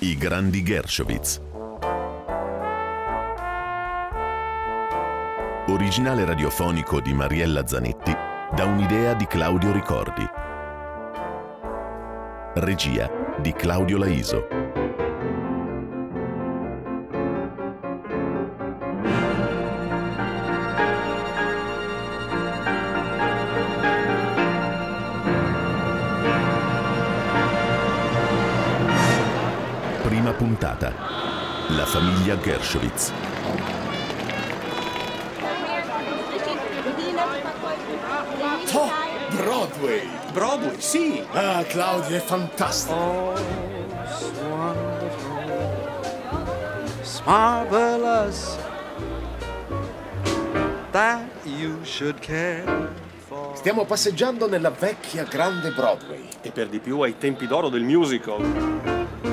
I grandi Gershowitz. Originale radiofonico di Mariella Zanetti da un'idea di Claudio Ricordi. Regia di Claudio Laiso. Prima puntata. La famiglia Gershowitz. Oh, Broadway! Broadway, sì! Ah, Claudio, è fantastico! Oh, it's wonderful, it's marvelous that you should care for. Stiamo passeggiando nella vecchia grande Broadway. E per di più ai tempi d'oro del musical.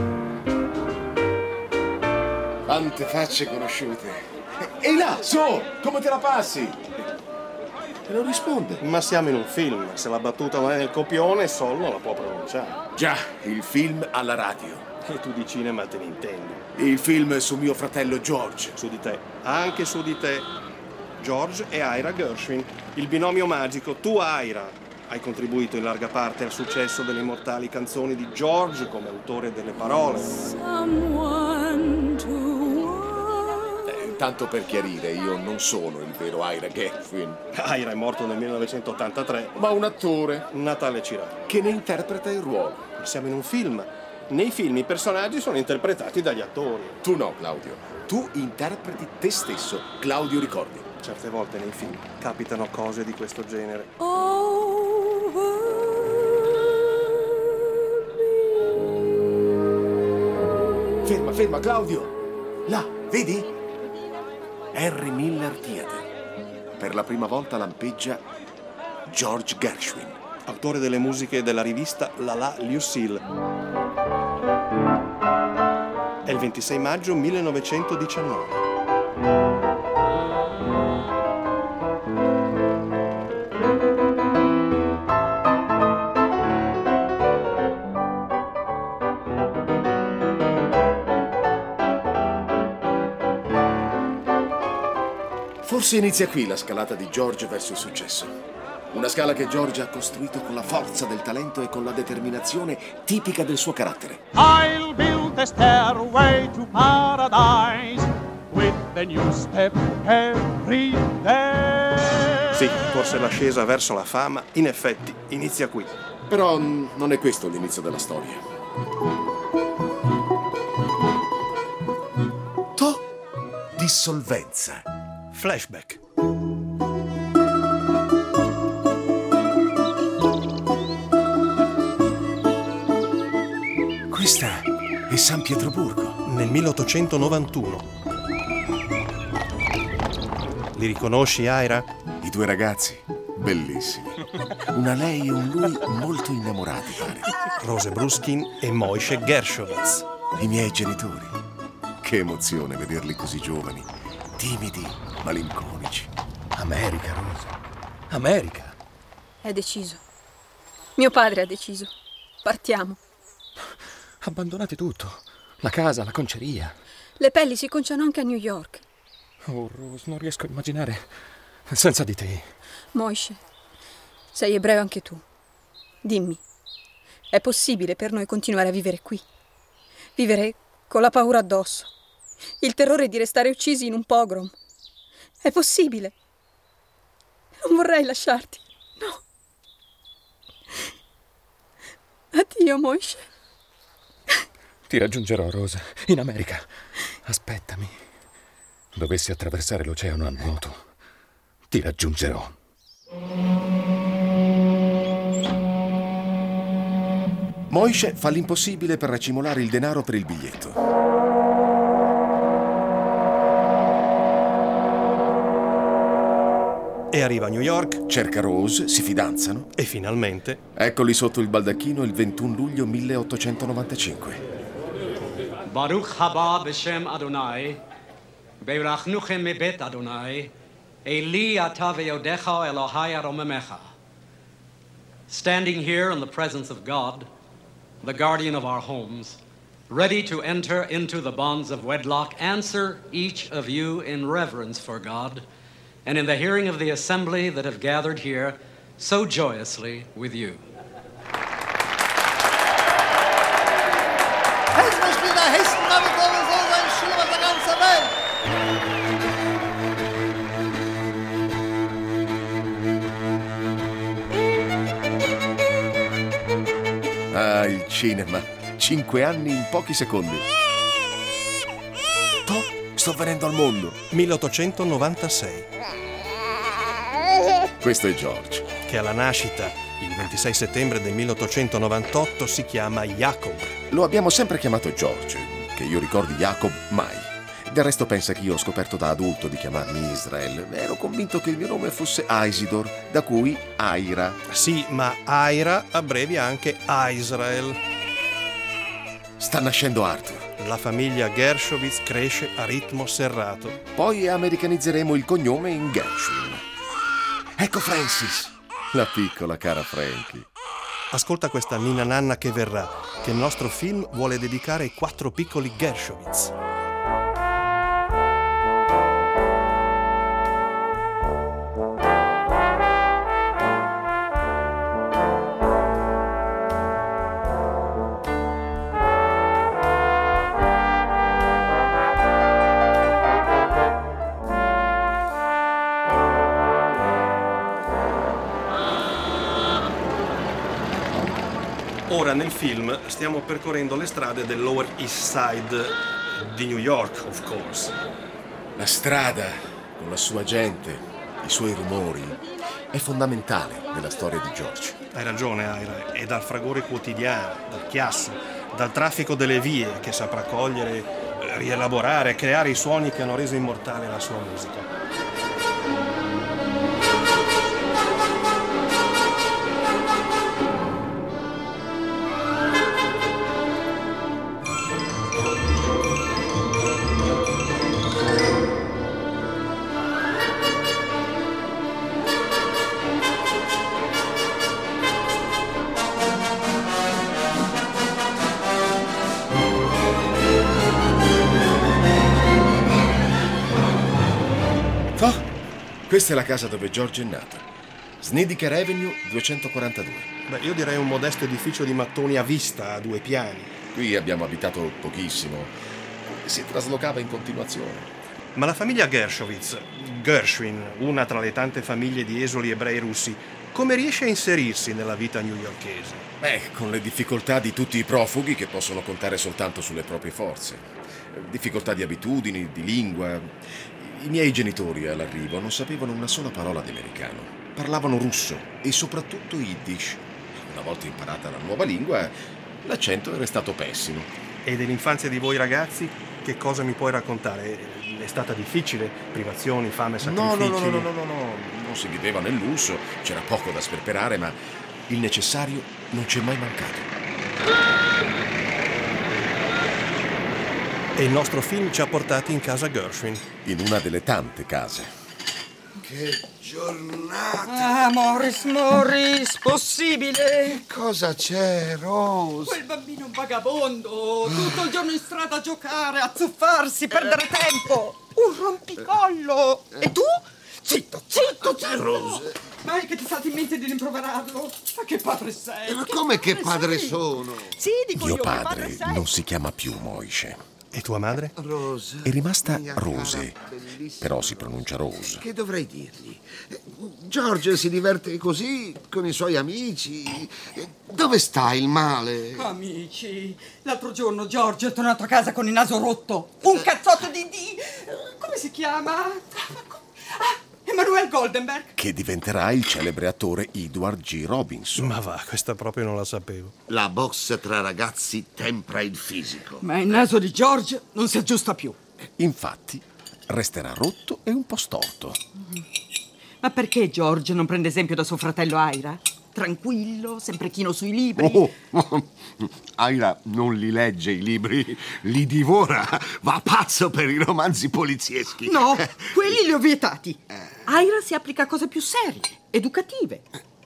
Quante facce conosciute. Ehi là, su! Come te la passi? E non risponde. Ma siamo in un film. Se la battuta non è nel copione, Sol non la può pronunciare. Già, il film alla radio. E tu di cinema te ne intendi. Il film su mio fratello George. Su di te. Anche su di te. George e Ira Gershwin. Il binomio magico. Tu, Ira, hai contribuito in larga parte al successo delle immortali canzoni di George come autore delle parole. Tanto per chiarire, io non sono il vero Ira Gershwin. Ira è morto nel 1983. Ma un attore Natale Cirano. che ne interpreta il ruolo. Ma siamo in un film. Nei film i personaggi sono interpretati dagli attori. Tu no, Claudio. Tu interpreti te stesso, Claudio Ricordi. Certe volte nei film capitano cose di questo genere. Ferma, ferma, Claudio! Là, vedi? Henry Miller Theatre. Per la prima volta lampeggia George Gershwin. Autore delle musiche della rivista La La Lucille. È il 26 maggio 1919. Forse inizia qui la scalata di George verso il successo. Una scala che George ha costruito con la forza del talento e con la determinazione tipica del suo carattere. I'll build the stairway to paradise with the new step every day. Sì, forse l'ascesa verso la fama, in effetti, inizia qui. Però non è questo l'inizio della storia. Dissolvenza. Flashback. Questa è San Pietroburgo. Nel 1891. Li riconosci, Ira? I due ragazzi, bellissimi. Una lei e un lui molto innamorati, pare. Rose Bruskin e Moishe Gershowitz. I miei genitori. Che emozione vederli così giovani, timidi, malinconici. America, Rosa. America. È deciso. Mio padre ha deciso. Partiamo. Abbandonate tutto. La casa, la conceria. Le pelli si conciano anche a New York. Oh, Rose, non riesco a immaginare senza di te. Moishe, sei ebreo anche tu. Dimmi, è possibile per noi continuare a vivere qui? Vivere con la paura addosso? Il terrore di restare uccisi in un pogrom? È possibile? Non vorrei lasciarti, no. Addio, Moishe. Ti raggiungerò, Rosa, in America. Aspettami. Dovessi attraversare l'oceano a nuoto, ti raggiungerò. Moishe fa l'impossibile per racimolare il denaro per il biglietto. E arriva a New York. Cerca Rose, si fidanzano. E finalmente. Eccoli sotto il baldacchino il 21 luglio 1895. Baruch haba b'shem Adonai, beirachnuchem mebet Adonai, Eli ata ve'yodecha Elohai aromemecha. Standing here in the presence of God, the guardian of our homes, ready to enter into the bonds of wedlock, answer each of you in reverence for God, and in the hearing of the assembly that have gathered here so joyously with you. Ah, il cinema. 5 anni in pochi secondi. Sto venendo al mondo. 1896. Questo è George. Che alla nascita, il 26 settembre del 1898, si chiama Jacob. Lo abbiamo sempre chiamato George. Che io ricordi Jacob, mai. Del resto pensa che io ho scoperto da adulto di chiamarmi Israel. Ero convinto che il mio nome fosse Isidor, da cui Aira. Sì, ma Aira abbrevia anche Israel. Sta nascendo Arthur. La famiglia Gershowitz cresce a ritmo serrato. Poi americanizzeremo il cognome in Gershwin. Ecco Francis, la piccola cara Frankie. Ascolta questa ninna nanna che verrà, che il nostro film vuole dedicare ai 4 piccoli Gershowitz. Ora nel film stiamo percorrendo le strade del Lower East Side di New York, of course. La strada, con la sua gente, i suoi rumori, è fondamentale nella storia di George. Hai ragione, Ira, è dal fragore quotidiano, dal chiasso, dal traffico delle vie che saprà cogliere, rielaborare, creare i suoni che hanno reso immortale la sua musica. Questa è la casa dove George è nato. Snedeker Avenue 242. Beh, io direi un modesto edificio di mattoni a vista, a 2 piani. Qui abbiamo abitato pochissimo. Si traslocava in continuazione. Ma la famiglia Gershowitz, Gershwin, una tra le tante famiglie di esuli ebrei russi, come riesce a inserirsi nella vita newyorkese? Con le difficoltà di tutti i profughi che possono contare soltanto sulle proprie forze. Difficoltà di abitudini, di lingua. I miei genitori all'arrivo non sapevano una sola parola di americano. Parlavano russo e soprattutto Yiddish. Una volta imparata la nuova lingua, l'accento era stato pessimo. E dell'infanzia di voi ragazzi, che cosa mi puoi raccontare? È stata difficile? Privazioni, fame, sacrifici? No. Non si viveva nel lusso, c'era poco da sperperare, ma il necessario non ci è mai mancato. E il nostro film ci ha portati in casa Gershwin. In una delle tante case. Che giornata! Ah, Morris, possibile? Cosa c'è, Rose? Quel bambino vagabondo, tutto il giorno in strada a giocare, a zuffarsi, perdere tempo. Un rompicollo. E tu? Zitto. Rose. Mai che ti salti in mente di rimproverarlo? Ma che padre sei? Ma come che padre sono? Sì, dico Mio io, che padre sei. non si chiama più Moishe. E tua madre? Rose. È rimasta mia Rose, cara, bellissima però si pronuncia Rose. Che dovrei dirgli? George si diverte così con i suoi amici. Dove sta il male? Amici, l'altro giorno George è tornato a casa con il naso rotto. Un cazzotto di... come si chiama? Emanuel Goldenberg. Che diventerà il celebre attore Edward G. Robinson. Ma va, questa proprio non la sapevo. La box tra ragazzi tempra il fisico. Ma il naso di George non si aggiusta più. Infatti, resterà rotto e un po' storto. Ma perché George non prende esempio da suo fratello Ira? Tranquillo, sempre chino sui libri. Aira non li legge i libri, li divora. Va pazzo per i romanzi polizieschi. No, quelli li ho vietati. Ira si applica a cose più serie, educative.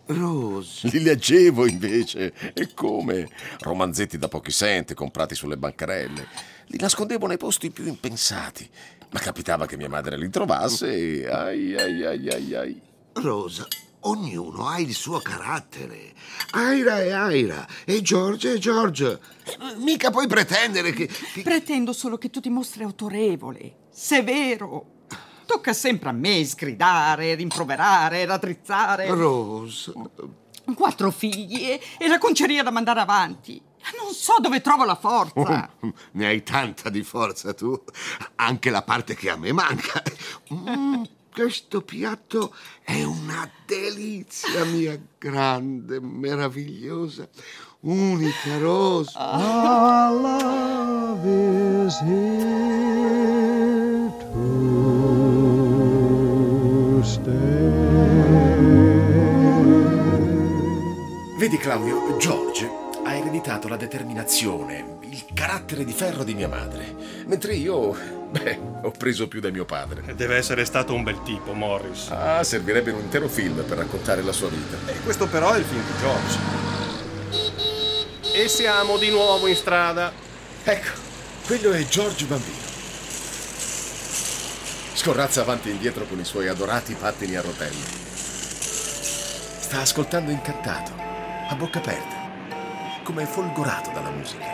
Rose. Li leggevo invece. E come? Romanzetti da pochi cent comprati sulle bancarelle. Li nascondevo nei posti più impensati. Ma capitava che mia madre li trovasse e... ai. Rosa, ognuno ha il suo carattere. Aira è Aira e George è George. Mica puoi pretendere che... Pretendo solo che tu ti mostri autorevole, severo. Tocca sempre a me sgridare, rimproverare, raddrizzare. Rose... 4 figli e la conceria da mandare avanti. Non so dove trovo la forza. Ne hai tanta di forza tu. Anche la parte che a me manca. Questo piatto è una delizia, mia grande, meravigliosa, unica Rose. Our love is here to stay. Vedi, Claudio, George ha ereditato la determinazione, il carattere di ferro di mia madre, mentre io, ho preso più da mio padre. Deve essere stato un bel tipo, Morris. Ah, servirebbe un intero film per raccontare la sua vita. E questo però è il film di George. E siamo di nuovo in strada. Ecco, quello è George bambino. Scorrazza avanti e indietro con i suoi adorati pattini a rotelle. Sta ascoltando incantato, a bocca aperta, come folgorato dalla musica.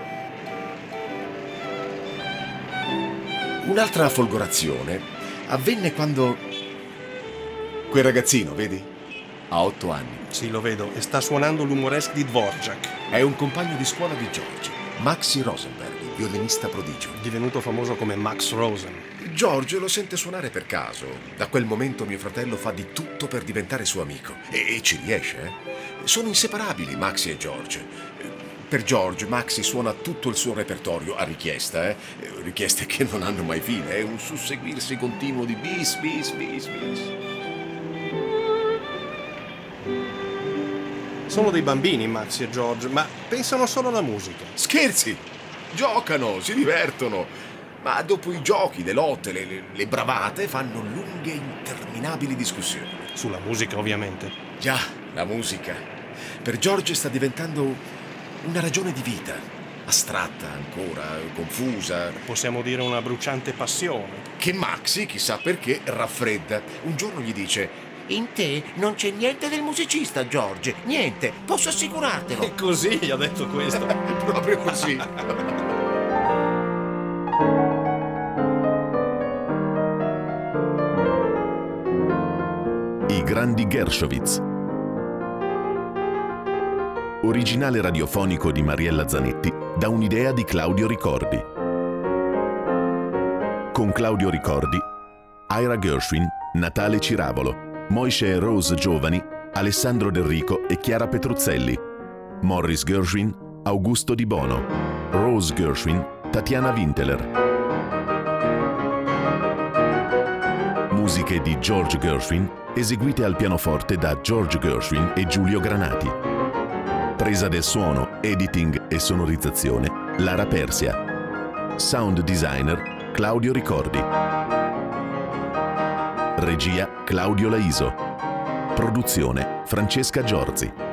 Un'altra folgorazione avvenne quando... Quel ragazzino, vedi? Ha 8 anni. Sì, lo vedo, e sta suonando l'umoresque di Dvorak. È un compagno di scuola di George, Maxi Rosenberg, il violinista prodigio. Divenuto famoso come Max Rosen. George lo sente suonare per caso. Da quel momento mio fratello fa di tutto per diventare suo amico. E ci riesce, eh? Sono inseparabili Maxi e George. Per George, Maxi suona tutto il suo repertorio a richiesta, richieste che non hanno mai fine. È un susseguirsi continuo di bis, bis, bis, bis. Sono dei bambini, Maxi e George, ma pensano solo alla musica. Scherzi! Giocano, si divertono. Ma dopo i giochi, le lotte, le bravate, fanno lunghe e interminabili discussioni. Sulla musica, ovviamente. Già, la musica. Per George sta diventando una ragione di vita, astratta ancora, confusa. Possiamo dire una bruciante passione. Che Maxi, chissà perché, raffredda. Un giorno gli dice: in te non c'è niente del musicista, George. Niente, posso assicurartelo. E così gli ha detto questo. Proprio così. I grandi Gershowitz. Originale radiofonico di Mariella Zanetti da un'idea di Claudio Ricordi. Con Claudio Ricordi, Ira Gershwin, Natale Ciravolo, Moishe e Rose giovani, Alessandro Del Rico e Chiara Petruzzelli, Morris Gershwin, Augusto Di Bono, Rose Gershwin, Tatiana Winteler. Musiche di George Gershwin eseguite al pianoforte da George Gershwin e Giulio Granati. Presa del suono, editing e sonorizzazione Lara Persia. Sound designer Claudio Ricordi. Regia Claudio Laiso. Produzione Francesca Giorzi.